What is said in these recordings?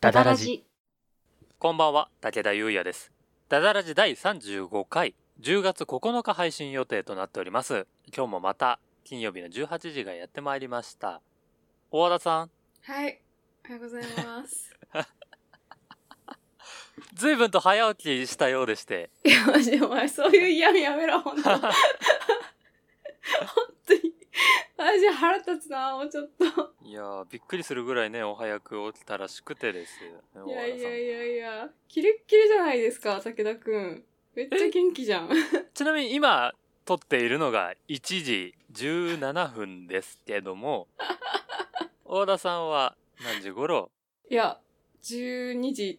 ダダラジ。 こんばんは、武田優也です。ダダラジ第35回、10月9日配信予定となっております。今日もまた金曜日の18時がやってまいりました。大和田さん。 はい、おはようございます。 随分と早起きしたようでして。 いや、マジでお前、そういう嫌味やめろ、ほんと。本当に。マジ腹立つな、もうちょっと。 いやー、びっくりするぐらいね、お早く起きたらしくてですよ。 いや、キレッキレじゃないですか、武田くん。めっちゃ元気じゃん。 ちなみに今、撮っているのが1時17分ですけども、大田さんは何時頃？ いや、12時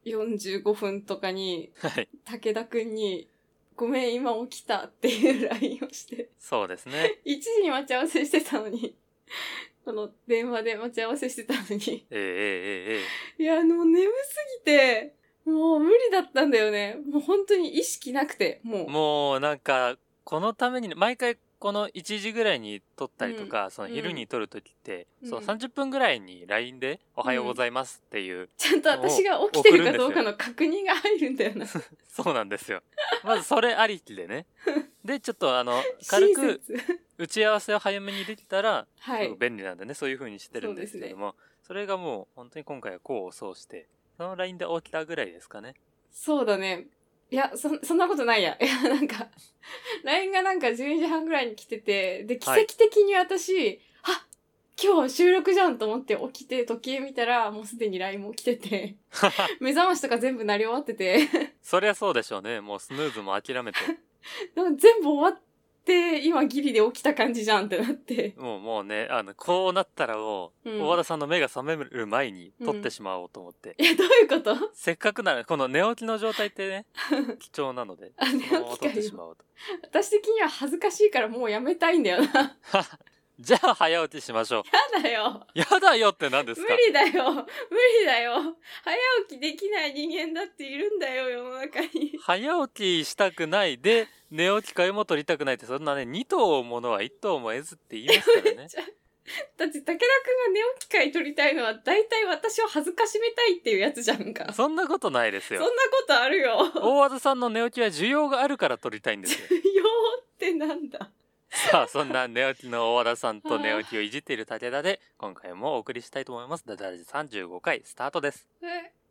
45分とかに、 はい。 武田くんに、ごめん、今起きたっていう LINE をして。 そうですね。 1時に待ち合わせしてたのに。この電話で待ち合わせしてたのに。いや、もう眠すぎて、もう無理だったんだよね。もう本当に意識なくて、 もうなんか、このために、毎回この1時ぐらいに撮ったりとか、その昼に撮るときって、そう30分ぐらいに LINE でおはようございますっていう、 ちゃんと私が起きてるかどうかの確認が入るんだよな。 そうなんですよ。まずそれありきでね。で、ちょっと軽く打ち合わせを早めにできたら、 はい、 便利なんでね、そういう風にしてるんですけども、それがもう本当に今回は功を奏して、その LINE で起きたぐらいですかね。そうだね。いや、そんなことないや。いや、なんか、LINE がなんか12時半ぐらいに来てて、で、奇跡的に私、今日収録じゃんと思って起きて時計見たらもうすでに LINE も来てて目覚ましとか全部鳴り終わっててそりゃそうでしょうね。もうスヌーズも諦めて全部終わって今ギリで起きた感じじゃんってなってもうね、こうなったらもう、大和田さんの目が覚める前に撮ってしまおうと思って、 いや、どういうこと？ せっかくならこの寝起きの状態ってね貴重なので寝起きかよ。 撮ってしまおうと。 私的には恥ずかしいからもうやめたいんだよなじゃあ早起きしましょう。 やだよ。 やだよって何ですか？ 無理だよ。早起きできない人間だっているんだよ、世の中に。 早起きしたくないで、寝起き会も取りたくないって、そんなね、2頭ものは1頭も得ずって言いますからね。 だって武田くんが寝起き会取りたいのは大体私を恥ずかしめたいっていうやつじゃんか。 そんなことないですよ。 そんなことあるよ。 大和田さんの寝起きは需要があるから取りたいんですよ。 需要ってなんだ？ さあ、そんな寝起きの大和田さんと寝起きをいじっている武田で、今回もお送りしたいと思います。ダダラジ35回スタートです。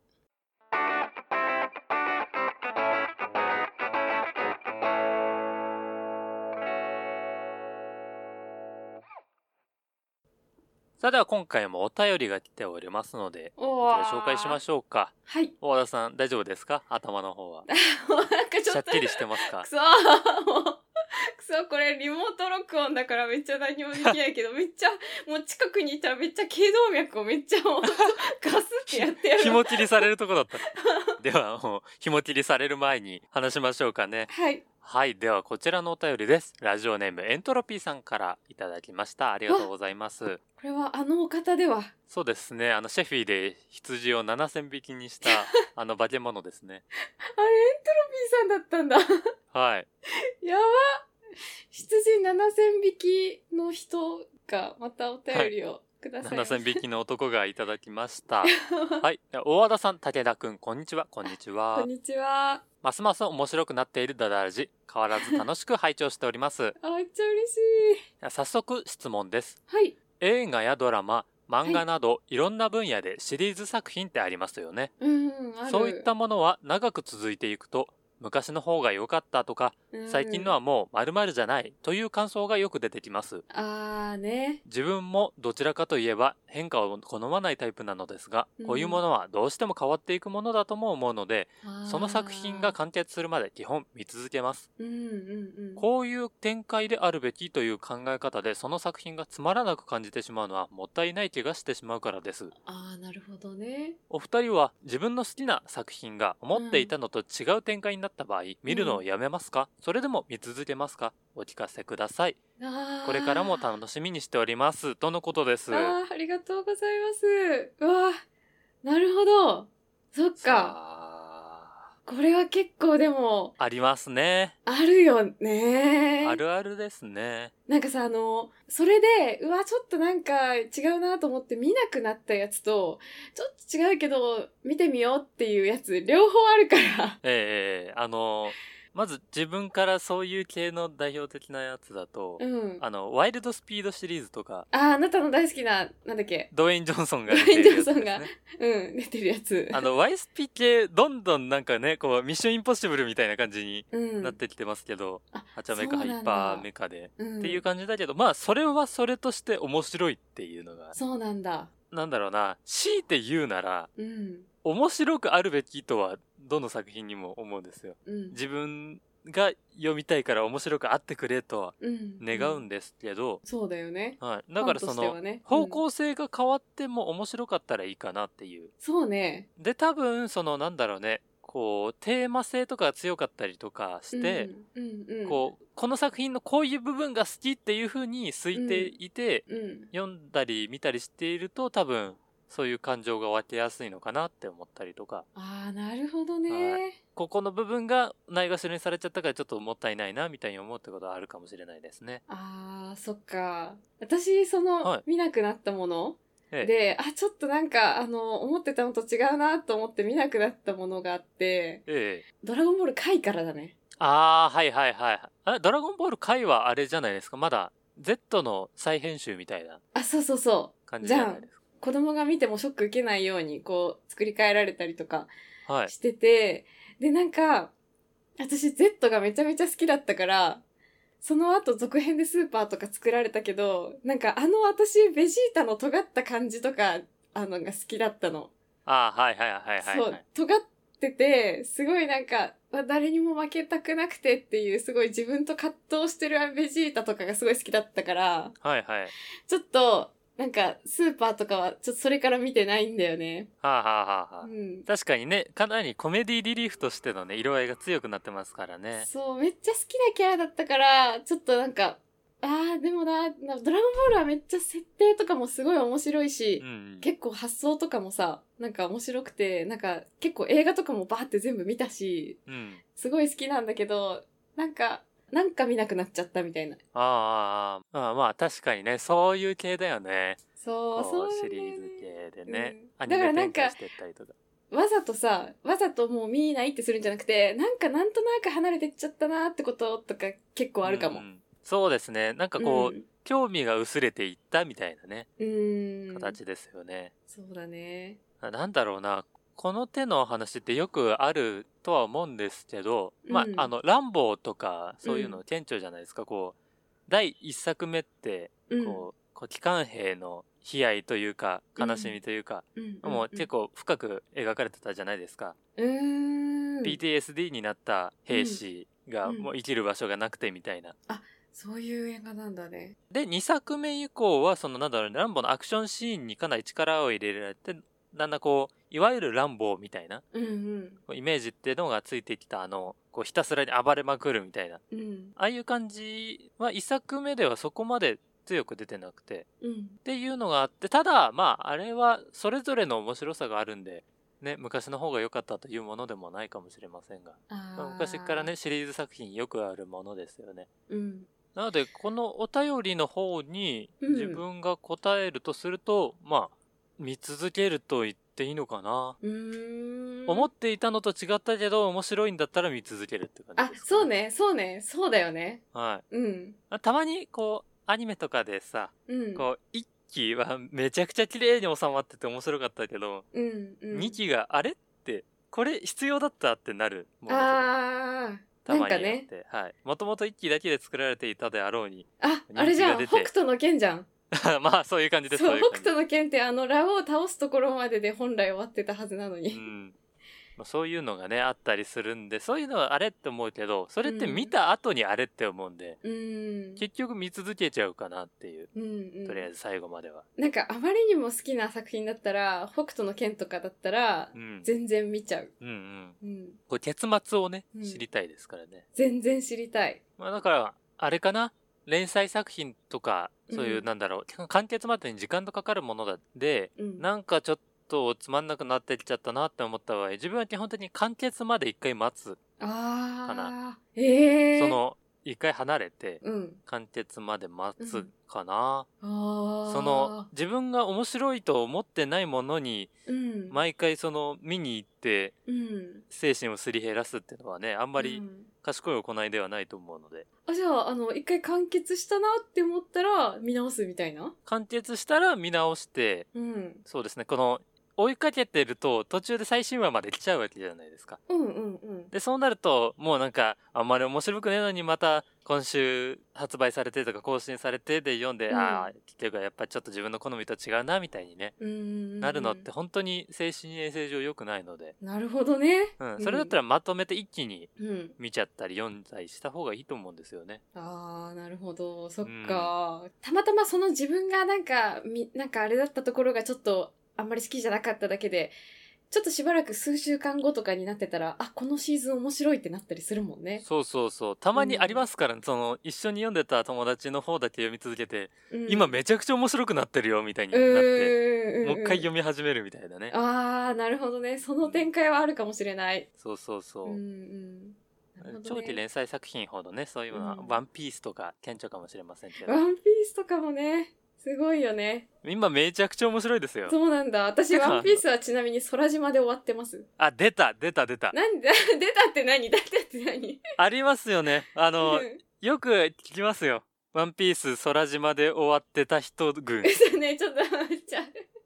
さあ、では今回もお便りが来ておりますので、こちら紹介しましょうか。 はい。 大和田さん、大丈夫ですか？頭の方は。 なんかちょっと。 しゃっきりしてますか？ くそ、これリモート録音だからめっちゃ何もできないけど、めっちゃ、もう近くにいたらめっちゃ頸動脈をめっちゃガスってやってやる。 紐切りされるとこだった。ではもう、紐切りされる前に話しましょうかね。 はい。 はい。ではこちらのお便りです。ラジオネームエントロピーさんからいただきました。ありがとうございます。 これはお方では？ そうですね。シェフィで羊を7000匹にした化け物ですね。 あれ、エントロピーさんだったんだ。 はい。 やば。羊7000匹の人がまたお便りをください。 7000匹の男がいただきました。はい。大和田さん、武田くん、こんにちは。こんにちは。 こんにちは。 ますます面白くなっているダダラジ、変わらず楽しく拝聴しております。 めっちゃ嬉しい。 早速質問です。 はい。 映画やドラマ、漫画など、いろんな分野でシリーズ作品ってありますよね。 ある。 そういったものは長く続いていくと、昔の方が良かったとか、最近のはもう〇〇じゃないという感想がよく出てきます。 ね。 自分もどちらかといえば変化を好まないタイプなのですが、こういうものはどうしても変わっていくものだとも思うので、その作品が完結するまで基本見続けます。こういう展開であるべきという考え方でその作品がつまらなく感じてしまうのはもったいない気がしてしまうからです。 なるほどね。 お二人は自分の好きな作品が思っていたのと違う展開になった場合、見るのをやめますか？それでも見続けますか？お聞かせください。これからも楽しみにしておりますとのことです。 ありがとうございます。うわ、なるほど。そっか。 これは結構でもありますね。 あるよね。 あるあるですね。 なんかさ、それで、うわ、ちょっとなんか違うなと思って見なくなったやつと、ちょっと違うけど、見てみようっていうやつ、両方あるから。 まず自分からそういう系の代表的なやつだと、 うん。 ワイルドスピードシリーズとか、 あなたの大好きな、なんだっけ。 ドウェイン・ジョンソンがドウェイン・出てるやつジョンソンが、 ですね。 うん、出てるやつ。 ワイスピ系、どんどんなんかね、こう、ミッションインポッシブルみたいな感じにうん。 なってきてますけど、 あ、 はちゃめかハイパーメカで、 うん、 っていう感じだけど、まあ、それはそれとして面白いっていうのが、 そうなんだ。 なんだろうな、強いて言うなら、 うん。 面白くあるべきとは、どの作品にも思うんですよ。 うん。 自分が読みたいから面白くあってくれとはうん。 願うんですけど、 そうだよね。 はい。だからその、 ね、 方向性が変わっても面白かったらいいかなっていう。 そうね。 で、多分、その、なんだろうね、こう、テーマ性とかが強かったりとかして、こう、この作品のこういう部分が好きっていう風に推いていて、読んだり見たりしていると多分、そういう感情が分けやすいのかなって思ったりとか。 ああ、なるほどね、 はい。ここの部分がないがしろにされちゃったからちょっともったいないなみたいに思うってことはあるかもしれないですね。 ああ、そっか。私、 はい、 見なくなったもので、ちょっとなんか、思ってたのと違うなと思って見なくなったものがあって、ドラゴンボール回からだね。 ああ、はいはいはい。ドラゴンボール回はあれじゃないですか。まだ Z の再編集みたいな。 そうそうそう。 感じじゃないですか。 子供が見てもショック受けないように、こう、作り変えられたりとかしてて、で、なんか、私 Z がめちゃめちゃ好きだったから、その後続編でスーパーとか作られたけど、なんか私、ベジータの尖った感じとか、が好きだったの。 はいはいはいはい。 そう、尖ってて、すごいなんか、誰にも負けたくなくてっていう、すごい自分と葛藤してるベジータとかがすごい好きだったから、 はいはい。 ちょっと、なんか、スーパーとかは、ちょっとそれから見てないんだよね。 確かにね、かなりコメディリリーフとしてのね、色合いが強くなってますからね。 そう、めっちゃ好きなキャラだったから、ちょっとなんか、でもな、ドラゴンボールはめっちゃ設定とかもすごい面白いし、結構発想とかもさ、なんか面白くて、なんか結構映画とかもバーって全部見たし、すごい好きなんだけど、なんか見なくなっちゃったみたいな。 まあ確かにね、そういう系だよね。 そうシリーズ系でね、 アニメ展開してったりとか。わざともう見ないってするんじゃなくて、なんとなく離れてっちゃったなってこととか結構あるかも。 そうですね。なんかこう、興味が薄れていったみたいなね。形ですよね。 そうだね。 なんだろうな。この手の話ってよくあるとは思うんですけど、ランボーとかそういうの顕著じゃないですか。こう、第一作目って、こう、機関兵の悲哀というか、悲しみというか、もう結構深く描かれてたじゃないですか。PTSD になった兵士がもう生きる場所がなくてみたいな。 そういう映画なんだね。 で、2作目以降は、ランボーのアクションシーンにかなり力を入れられて、だんだんこう、いわゆるランボーみたいな、イメージっていうのがついてきた、こうひたすらに暴れまくるみたいな、ああいう感じは1作目ではそこまで強く出てなくて、っていうのがあって、ただ、あれはそれぞれの面白さがあるんで、ね、昔の方が良かったというものでもないかもしれませんが、昔からね、シリーズ作品よくあるものですよね。なので、このお便りの方に自分が答えるとすると、見続けると言っていいのかな。思っていたのと違ったけど、面白いんだったら見続けるって感じですかね。そうだよね。はい。たまに、こう、アニメとかでさ、こう、1期はめちゃくちゃ綺麗に収まってて面白かったけど、2期があれって、これ必要だったってなるものとか。たまにあって、はい。もともと1期だけで作られていたであろうに。 あれじゃん、北斗の拳じゃん。 そういう感じです。 そう、北斗の拳ってラオウを倒すところまでで本来終わってたはずなのに。 そういうのがね、あったりするんで、そういうのはあれって思うけど、それって見た後にあれって思うんで、結局見続けちゃうかなっていう、とりあえず最後までは。 なんかあまりにも好きな作品だったら、北斗の拳とかだったら、全然見ちゃう。 これ結末をね、知りたいですからね。 全然知りたい。 だから、あれかな、連載作品とか、そういう、完結までに時間とかかるもので、なんかちょっとつまんなくなってきちゃったなって思った場合、自分は基本的に完結まで一回待つかな。その一回離れて、完結まで待つかな。その自分が面白いと思ってないものに、毎回その見に行って、精神をすり減らすっていうのはね、あんまり賢い行いではないと思うので。 じゃあ一回完結したなって思ったら見直すみたいな。 完結したら見直して、そうですね、この追いかけてると途中で最新話まで来ちゃうわけじゃないですか。でそうなるともうなんかあんまり面白くねえのにまた今週発売されてとか更新されてで読んで、ああ結局やっぱりちょっと自分の好みと違うなみたいにね、なるのって本当に精神衛生上良くないので。 なるほどね。 それだったらまとめて一気に見ちゃったり読んだりした方がいいと思うんですよね。 ああ、なるほど。そっか。たまたまその自分がなんかあれだったところがちょっとあんまり好きじゃなかっただけで、ちょっとしばらく数週間後とかになってたら、このシーズン面白いってなったりするもんね。 そうそうそう。たまにありますから、その一緒に読んでた友達の方だけ読み続けて、今めちゃくちゃ面白くなってるよみたいになって、もう一回読み始めるみたいなね。 ああ、なるほどね。その展開はあるかもしれない。 そうそうそう。長期連載作品ほどね、そういうのは、ワンピースとか顕著かもしれませんけど。 ワンピースとかもね。すごいよね。 今めちゃくちゃ面白いですよ。 そうなんだ。私ワンピースはちなみに空島で終わってます。 出た。なんで出たって何ありますよね。よく聞きますよ。ワンピース空島で終わってた人群。 ね、ちょっとめっちゃ今日めっちゃディス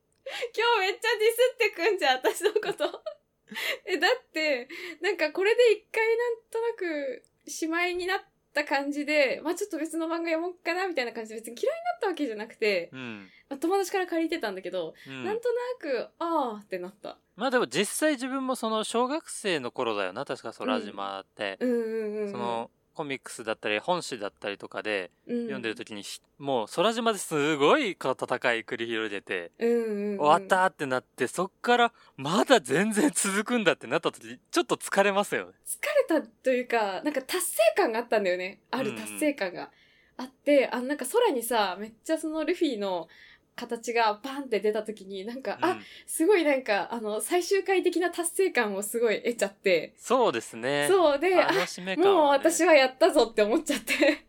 ってくんじゃん、私のこと。だってなんかこれで一回なんとなくしまいになった感じで、ちょっと別の漫画読もうかなみたいな感じで別に嫌いになったわけじゃなくて、友達から借りてたんだけど、なんとなくってなった。 でも実際自分もその小学生の頃だよな、確か空島って、そのコミックスだったり本誌だったりとかで読んでる時に、もう空島ですごい戦い繰り広げて、終わったってなって、そっからまだ全然続くんだってなった時ちょっと疲れますよね。 疲れたというか、なんか達成感があったんだよね。ある達成感があって、なんか空にさ、めっちゃそのルフィの形がバンって出た時になんか、すごいなんか最終回的な達成感をすごい得ちゃって。 そうですね。 そうで、もう私はやったぞって思っちゃって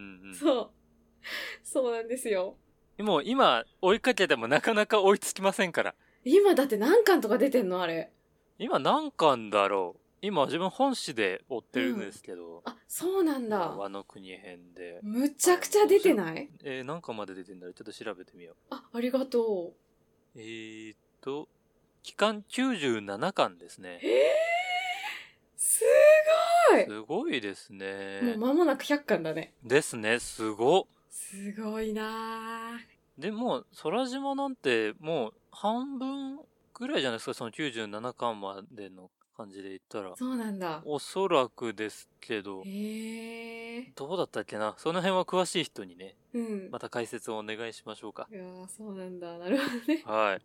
そうなんですよ。 もう今追いかけてもなかなか追いつきませんから。 今だって何巻とか出てんのあれ。 今何巻だろう。今自分本誌で追ってるんですけど、 そうなんだ。 和の国編でむちゃくちゃ出てない？ 何巻まで出てんだろう。ちょっと調べてみよう。 ありがとう。 期間97巻ですね。 すごい。 すごいですね。 もう間もなく100巻だね。 ですね。すごいな。 でも空島なんてもう半分ぐらいじゃないですか、その97巻までの感じで言ったら。 そうなんだ。 おそらくですけど。どうだったっけな。その辺は詳しい人にね、また解説をお願いしましょうか。 いやー、そうなんだ。なるほどね。 はい。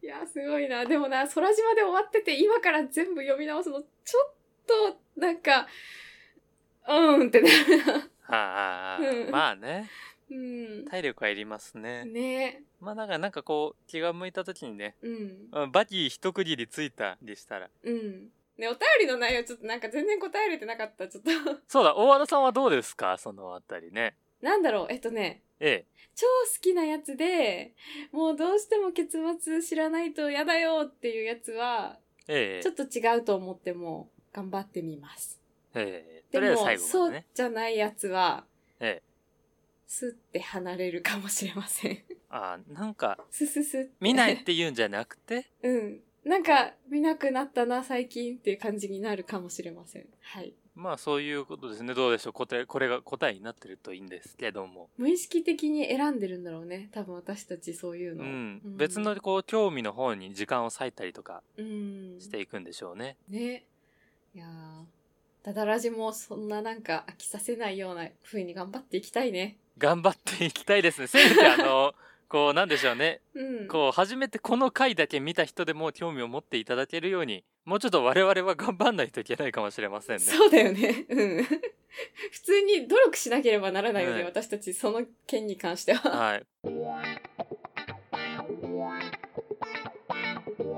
いやー、すごいな。でもな、空島で終わってて今から全部読み直すのちょっとなんかってなるな。 まあね。体力はいりますね。だからなんかこう気が向いた時にね、バキ一区切りついたりしたら。 ね、お便りの内容ちょっとなんか全然答えれてなかった。ちょっとそうだ、大和田さんはどうですか、そのあたりね。 なんだろう、超好きなやつで、もうどうしても結末知らないと嫌だよっていうやつは、ちょっと違うと思っても頑張ってみます。でも、そうじゃないやつは、スッて離れるかもしれません。 なんか、 ス見ないって言うんじゃなくてなんか、見なくなったな、最近っていう感じになるかもしれません。はい。 まあ、そういうことですね。どうでしょう。これが答えになってるといいんですけども。 無意識的に選んでるんだろうね。多分私たちそういうの。 別のこう、興味の方に時間を割いたりとか、していくんでしょうね。 ね。いやー、ダダラジもそんななんか飽きさせないような風に頑張っていきたいね。 頑張っていきたいですね。せめてこうなんでしょうね、こう初めてこの回だけ見た人でも興味を持っていただけるように、もうちょっと我々は頑張んないといけないかもしれませんね。 そうだよね。普通に努力しなければならないよね、私たちその件に関しては。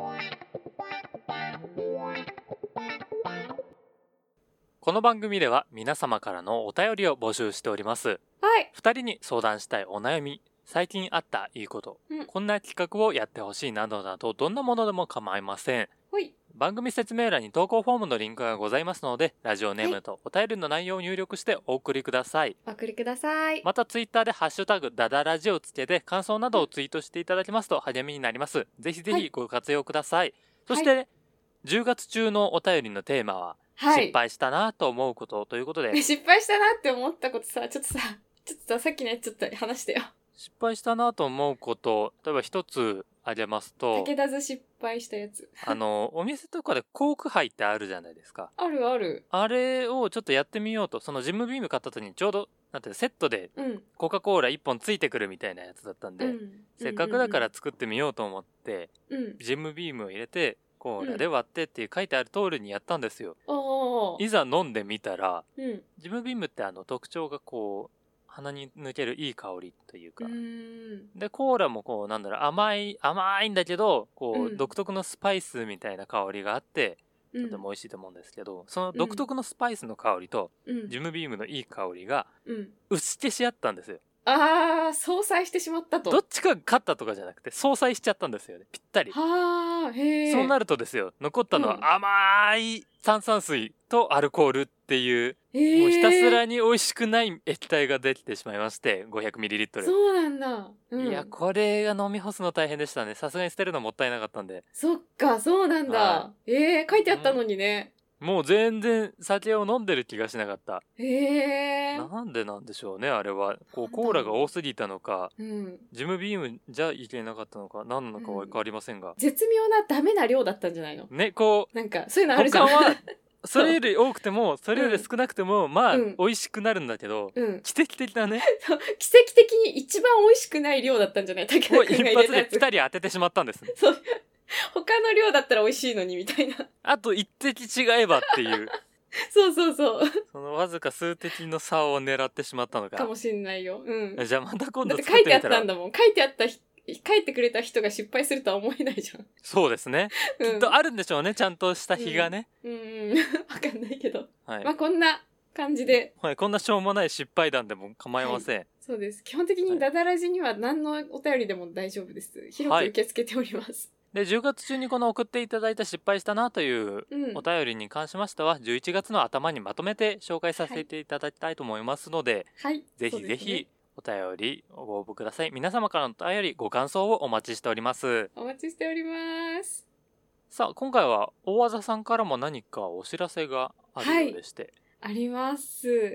この番組では皆様からのお便りを募集しております。 はい。 2人に相談したいお悩み、最近あったいいこと、こんな企画をやってほしいなどなど、どんなものでも構いません。 はい。 番組説明欄に投稿フォームのリンクがございますので、ラジオネームとお便りの内容を入力してお送りください。 お送りください。 またツイッターでハッシュタグダダラジをつけて感想などをツイートしていただけますと励みになります。ぜひぜひご活用ください。そして、10月中のお便りのテーマは、失敗したなと思うことということで、 失敗したなって思ったことさ、ちょっとさっきのやつちょっと話してよ。 失敗したなと思うこと、例えば一つ挙げますと、 武田津失敗したやつ。 お店とかでコーク杯ってあるじゃないですか。 あるある。 あれをちょっとやってみようと、そのジムビーム買った時にちょうど、なんてセットでコカ・コーラ1本ついてくるみたいなやつだったんで、せっかくだから作ってみようと思って、ジムビームを入れて、コーラで割ってっていう書いてある通りにやったんですよ。いざ飲んでみたら、ジムビームって特徴がこう鼻に抜けるいい香りというか、でコーラもこうなんだろう、甘いんだけどこう、独特のスパイスみたいな香りがあってとても美味しいと思うんですけど、その独特のスパイスの香りと、ジムビームのいい香りが打ち消し合ったんですよ。 相殺してしまったと。 どっちかが勝ったとかじゃなくて相殺しちゃったんですよね、ぴったり。そうなるとですよ、残ったのは甘い炭酸水とアルコールっていう、もうひたすらに美味しくない液体ができてしまいまして、 500ml。 そうなんだ、 いやこれが飲み干すの大変でしたね。さすがに捨てるのもったいなかったんで。 そっか、そうなんだ、書いてあったのにね、 もう全然酒を飲んでる気がしなかった。 なんでなんでしょうね、あれは。こうコーラが多すぎたのか、ジムビームじゃいけなかったのか、何なのかは分かりませんが、 絶妙なダメな量だったんじゃないのね。 こうなんかそういうのあるじゃん。 他はそれより多くてもそれより少なくてもまあ美味しくなるんだけど、奇跡的なね、 奇跡的に一番美味しくない量だったんじゃない？武田君が入れたやつ。 一発でピタリ当ててしまったんです。 そう、他の量だったら美味しいのにみたいな。 あと一滴違えばっていうそうそのわずか数滴の差を狙ってしまったのかもしんないよ。 じゃあまた今度作ってみたら。だって書いてあったんだもん。書いてくれた人が失敗するとは思えないじゃん。 そうですね、きっとあるんでしょうね、ちゃんとした日がね。 わかんないけど、まあこんな感じで、 こんなしょうもない失敗談でも構いません。 そうです。基本的にダダラジには何のお便りでも大丈夫です。広く受け付けております。 で10月中にこの送っていただいた失敗したなというお便りに関しましては、11月の頭にまとめて紹介させていただきたいと思いますので、ぜひぜひお便りご応募ください。皆様からのお便りご感想をお待ちしております。 お待ちしております。 さあ今回は大技さんからも何かお知らせがあるようでして、 あります。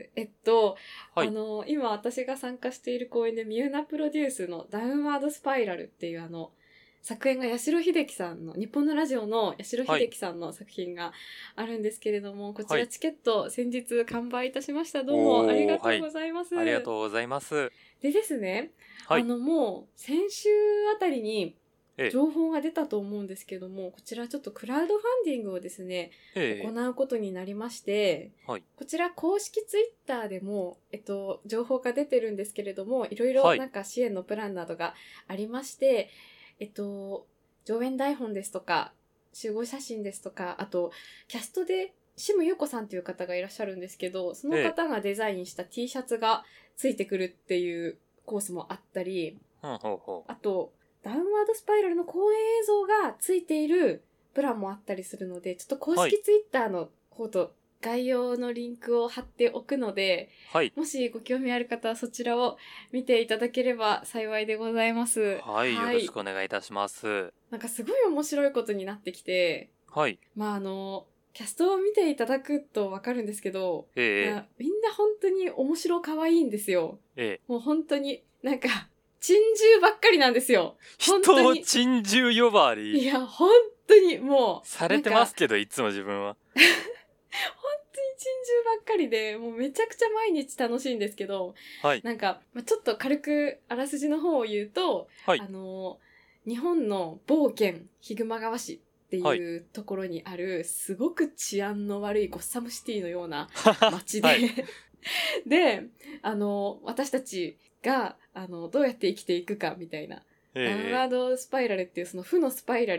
今私が参加している公演でミューナプロデュースのダウンワードスパイラルっていう作演が八代秀樹さんの、日本のラジオの八代秀樹さんの作品があるんですけれども、こちらチケット先日完売いたしました。どうもありがとうございます。 ありがとうございます。 でですね、もう先週あたりに情報が出たと思うんですけども、こちらちょっとクラウドファンディングをですね、行うことになりまして、こちら公式ツイッターでも、情報が出てるんですけれども、いろいろなんか支援のプランなどがありまして、上演台本ですとか、集合写真ですとか、あと、キャストで、志ム優子さんという方がいらっしゃるんですけど、その方がデザインした T シャツがついてくるっていうコースもあったり、あと、ダウンワードスパイラルの公演映像がついているプランもあったりするので、ちょっと公式ツイッターの方と概要のリンクを貼っておくので、もしご興味ある方はそちらを見ていただければ幸いでございます。 よろしくお願いいたします。 なんかすごい面白いことになってきて、まあキャストを見ていただくとわかるんですけど、みんな本当に面白可愛いんですよ。もう本当になんか珍獣ばっかりなんですよ。 人を珍獣呼ばわり。 いや本当にもうされてますけど、いつも自分は本当に珍獣ばっかりで、もうめちゃくちゃ毎日楽しいんですけど、なんか、ちょっと軽くあらすじの方を言うと、日本の某県ヒグマ川市っていうところにある、すごく治安の悪いゴッサムシティのような街で、で、私たちが、どうやって生きていくかみたいな、ダウンワードスパイラルっていうその負のスパイラル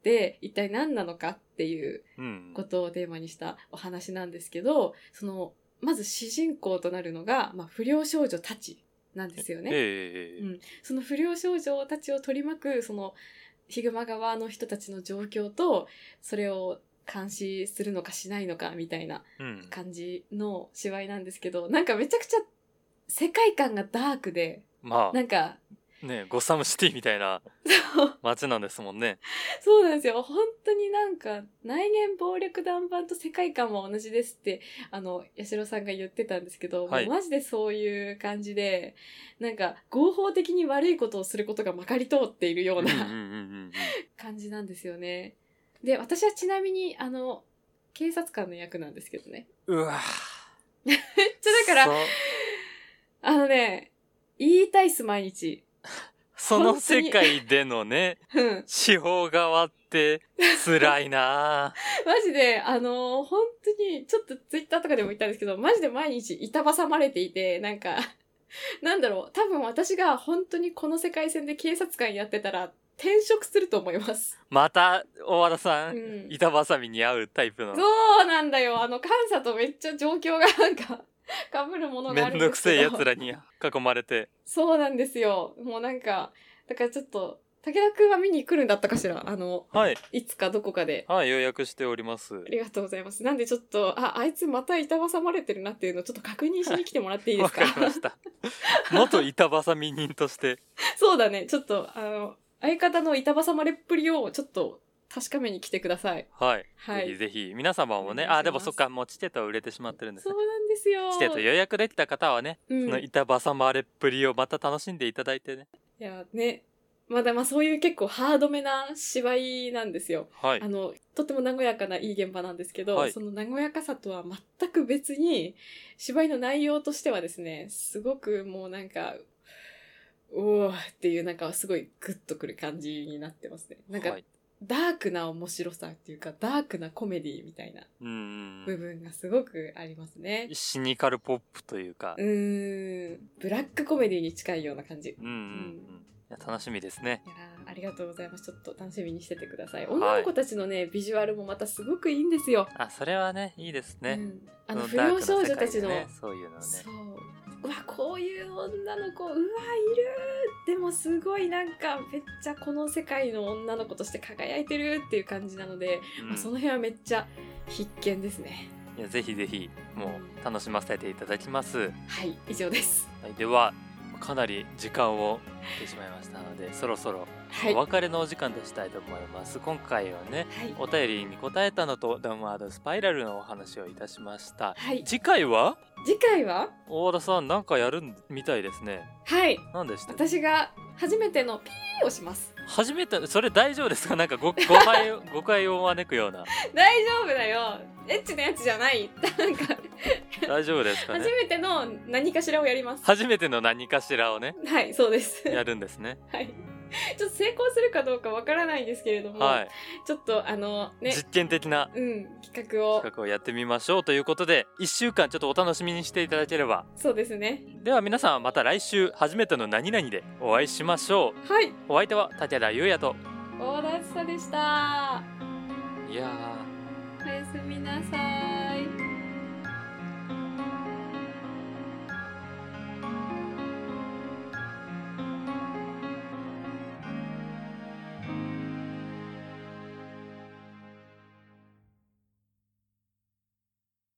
って一体何なのかっていうことをテーマにしたお話なんですけど、まず主人公となるのが、不良少女たちなんですよね。その不良少女たちを取り巻く、ヒグマ側の人たちの状況と、それを監視するのかしないのかみたいな感じの芝居なんですけど、なんかめちゃくちゃ世界観がダークで、なんか、 ね、ゴッサムシティみたいな街なんですもんね。 そうなんですよ。本当になんか内言暴力団版と世界観は同じですって八代さんが言ってたんですけど、もうマジでそういう感じで、なんか合法的に悪いことをすることがまかり通っているような感じなんですよね。で、私はちなみに警察官の役なんですけどね。 うわめっちゃだから言いたいっす毎日。 その世界でのね、司法側って辛いなマジで、本当に、ちょっとツイッターとかでも言ったんですけど、マジで毎日板挟まれていて、なんか、なんだろう、多分私が本当にこの世界線で警察官やってたら、転職すると思います。 また、大和田さん、板挟みに合うタイプの。 そうなんだよ。監査とめっちゃ状況がなんか、被るものがあるんですけど。めんどくせえ奴らに囲まれて。 そうなんですよ。もうなんか、だからちょっと、武田くんは見に来るんだったかしらいつかどこかで。 はい、予約しております。 ありがとうございます。なんでちょっと、あいつまた板挟まれてるなっていうのをちょっと確認しに来てもらっていいですか？ わかりました。元板挟み人として。 そうだね。ちょっと、相方の板挟まれっぷりをちょっと確かめに来てください。 はい。ぜひぜひ。皆様もね、でもそっか、もうチケットは売れてしまってるんですね。 そうなんですよ。 チケット予約できた方はね、その板挟まれっぷりをまた楽しんでいただいてね。 いや、ね。まだそういう結構ハードめな芝居なんですよ。 はい。 とっても和やかないい現場なんですけど、その和やかさとは全く別に、芝居の内容としてはですね、すごくもうなんか、おーっていうなんかすごいグッとくる感じになってますね。なんか、ダークな面白さっていうか、ダークなコメディみたいな部分がすごくありますね。 シニカルポップというか。 ブラックコメディに近いような感じ。 楽しみですね。 いやありがとうございます。ちょっと楽しみにしててください。女の子たちのね、ビジュアルもまたすごくいいんですよ。 それはね、いいですね。 不良少女たちの、 そういうのね。 うわ、こういう女の子、いるでもすごいなんか、めっちゃこの世界の女の子として輝いてるっていう感じなので、その辺はめっちゃ必見ですね。 いや、ぜひぜひ、もう楽しませていただきます。 はい、以上です。 では、かなり時間を経ってしまいましたので、そろそろお別れのお時間としたいと思います。今回はね、お便りに答えたのとダウンワードスパイラルのお話をいたしました。次回は大和田さんなんかやるみたいですね。 はい。 何でした？ 私が初めてのピーをします。 初めて、それ大丈夫ですか？なんか誤解を招くような。 大丈夫だよ。エッチなやつじゃない。なんか大丈夫ですかね。 初めての何かしらをやります。 初めての何かしらをね。 はい、そうです。 やるんですね。 はい。ちょっと成功するかどうかわからないんですけれども、ちょっと実験的な企画をやってみましょうということで、1週間ちょっとお楽しみにしていただければ。 そうですね。 では皆さんまた来週初めての何々でお会いしましょう。はい。 お相手は武田優也と大田梓でした。 いやおやすみなさい。